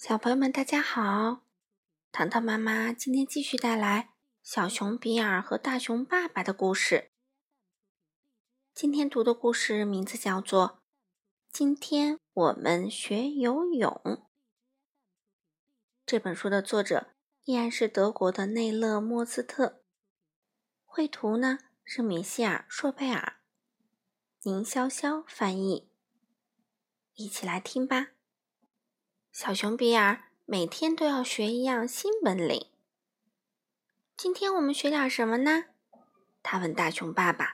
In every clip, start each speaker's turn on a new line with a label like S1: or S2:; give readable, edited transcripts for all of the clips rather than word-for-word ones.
S1: 小朋友们，大家好！糖糖妈妈今天继续带来小熊比尔和大熊爸爸的故事。今天读的故事名字叫做《今天我们学游泳》。这本书的作者依然是德国的内勒·莫斯特，绘图呢是米歇尔·硕贝尔，宁潇潇翻译。一起来听吧。小熊比尔每天都要学一样新本领。今天我们学点什么呢？他问大熊爸爸。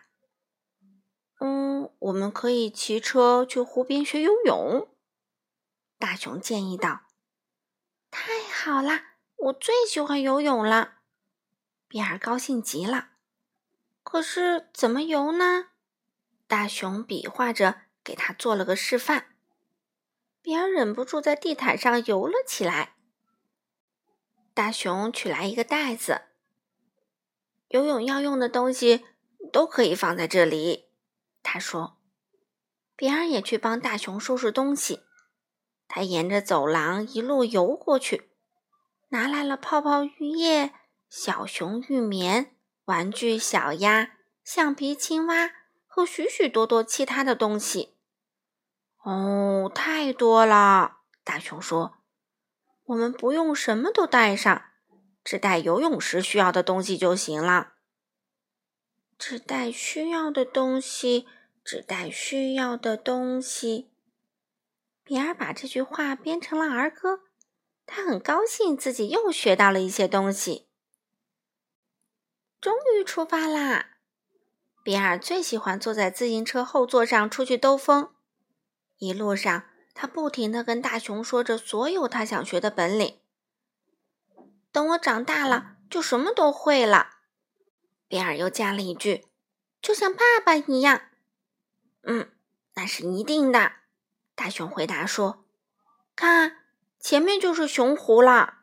S1: 我们可以骑车去湖边学游泳。大熊建议道。太好啦，我最喜欢游泳了。比尔高兴极了。可是怎么游呢？大熊比划着给他做了个示范。比尔忍不住在地毯上游了起来。大熊取来一个袋子。游泳要用的东西都可以放在这里，他说。比尔也去帮大熊收拾东西。他沿着走廊一路游过去，拿来了泡泡浴液、小熊浴棉、玩具小鸭、橡皮青蛙和许许多多其他的东西。哦，太多了，大熊说。我们不用什么都带上，只带游泳时需要的东西就行了。只带需要的东西，只带需要的东西。比尔把这句话编成了儿歌，他很高兴自己又学到了一些东西。终于出发啦！比尔最喜欢坐在自行车后座上出去兜风。一路上，他不停地跟大熊说着所有他想学的本领。等我长大了，就什么都会了。比尔又加了一句，就像爸爸一样。那是一定的，大熊回答说。看，前面就是熊湖了。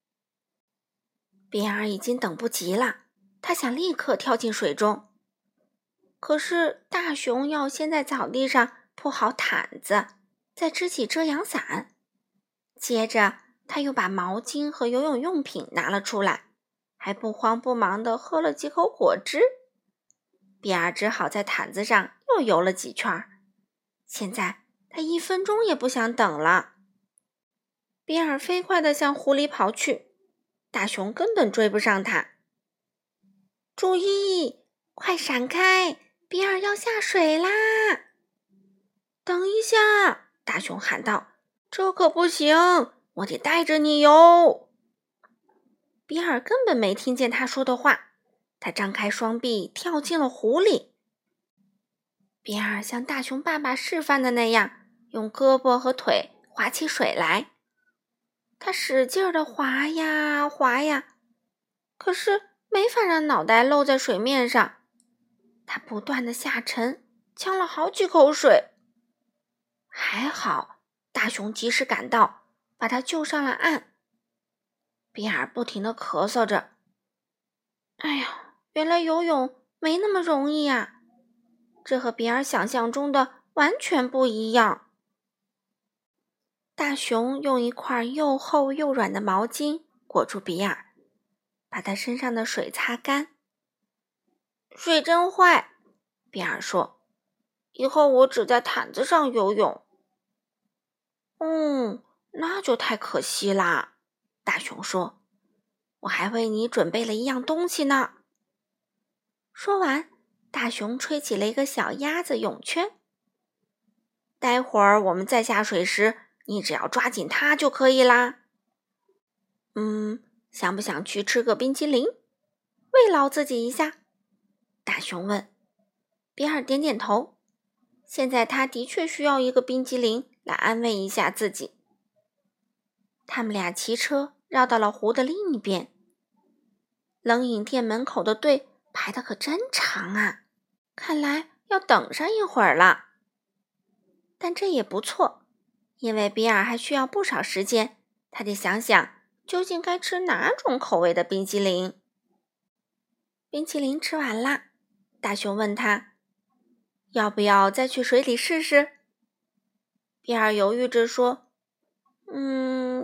S1: 比尔已经等不及了，他想立刻跳进水中。可是大熊要先在草地上铺好毯子，再支起遮阳伞。接着他又把毛巾和游泳用品拿了出来，还不慌不忙地喝了几口果汁。比尔只好在毯子上又游了几圈。现在他1分钟也不想等了。比尔飞快地向湖里跑去，大熊根本追不上他。注意，快闪开，比尔要下水啦！等一下，大熊喊道，这可不行，我得带着你游。比尔根本没听见他说的话，他张开双臂跳进了湖里。比尔像大熊爸爸示范的那样，用胳膊和腿划起水来。他使劲地划呀划呀，可是没法让脑袋露在水面上。他不断地下沉，呛了好几口水。还好，大熊及时赶到，把他救上了岸。比尔不停地咳嗽着。哎呀，原来游泳没那么容易啊！这和比尔想象中的完全不一样。大熊用一块又厚又软的毛巾裹住比尔，把他身上的水擦干。水真坏，比尔说，以后我只在毯子上游泳。那就太可惜啦，大熊说，我还为你准备了一样东西呢。说完，大熊吹起了一个小鸭子泳圈。待会儿我们再下水时，你只要抓紧它就可以啦。想不想去吃个冰淇淋，慰劳自己一下？大熊问。比尔点点头。现在他的确需要一个冰淇淋来安慰一下自己。他们俩骑车绕到了湖的另一边。冷饮店门口的队排得可真长啊，看来要等上一会儿了。但这也不错，因为比尔还需要不少时间，他得想想究竟该吃哪种口味的冰淇淋。冰淇淋吃完啦，大熊问他，要不要再去水里试试？比尔犹豫着说，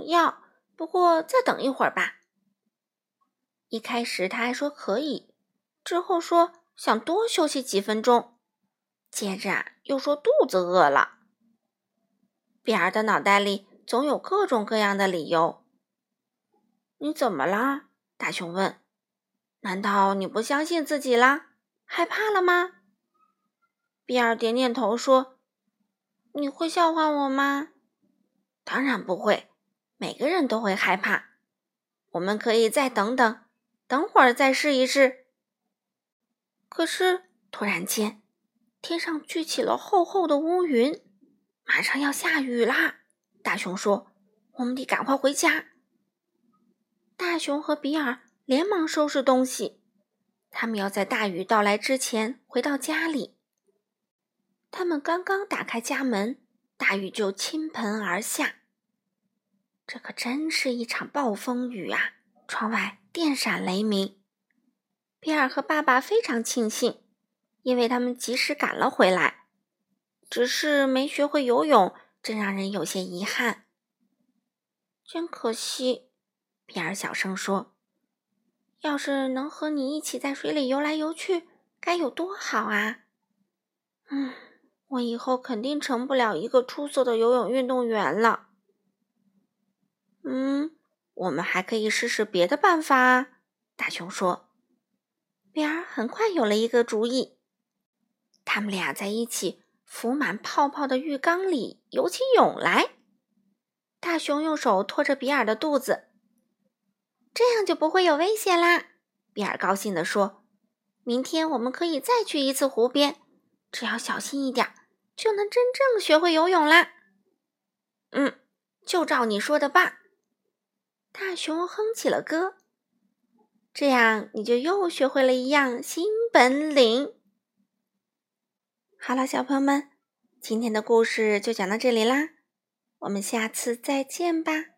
S1: 要，不过再等一会儿吧。一开始他还说可以，之后说想多休息几分钟，接着又说肚子饿了。比尔的脑袋里总有各种各样的理由。你怎么啦？大熊问。难道你不相信自己啦？害怕了吗？比尔点点头说，你会笑话我吗？当然不会，每个人都会害怕。我们可以再等等，等会儿再试一试。可是突然间，天上聚起了厚厚的乌云，马上要下雨啦。大熊说，我们得赶快回家。大熊和比尔连忙收拾东西，他们要在大雨到来之前回到家里。他们刚刚打开家门，大雨就倾盆而下。这可真是一场暴风雨啊！窗外电闪雷鸣。比尔和爸爸非常庆幸，因为他们及时赶了回来。只是没学会游泳，真让人有些遗憾。真可惜，比尔小声说，要是能和你一起在水里游来游去，该有多好啊！我以后肯定成不了一个出色的游泳运动员了。我们还可以试试别的办法啊，大熊说。比尔很快有了一个主意。他们俩在一起浮满泡泡的浴缸里游起泳来。大熊用手托着比尔的肚子，这样就不会有危险啦。比尔高兴地说，明天我们可以再去一次湖边，只要小心一点，就能真正学会游泳啦。就照你说的办。大熊哼起了歌，这样你就又学会了一样新本领。好了，小朋友们，今天的故事就讲到这里啦，我们下次再见吧。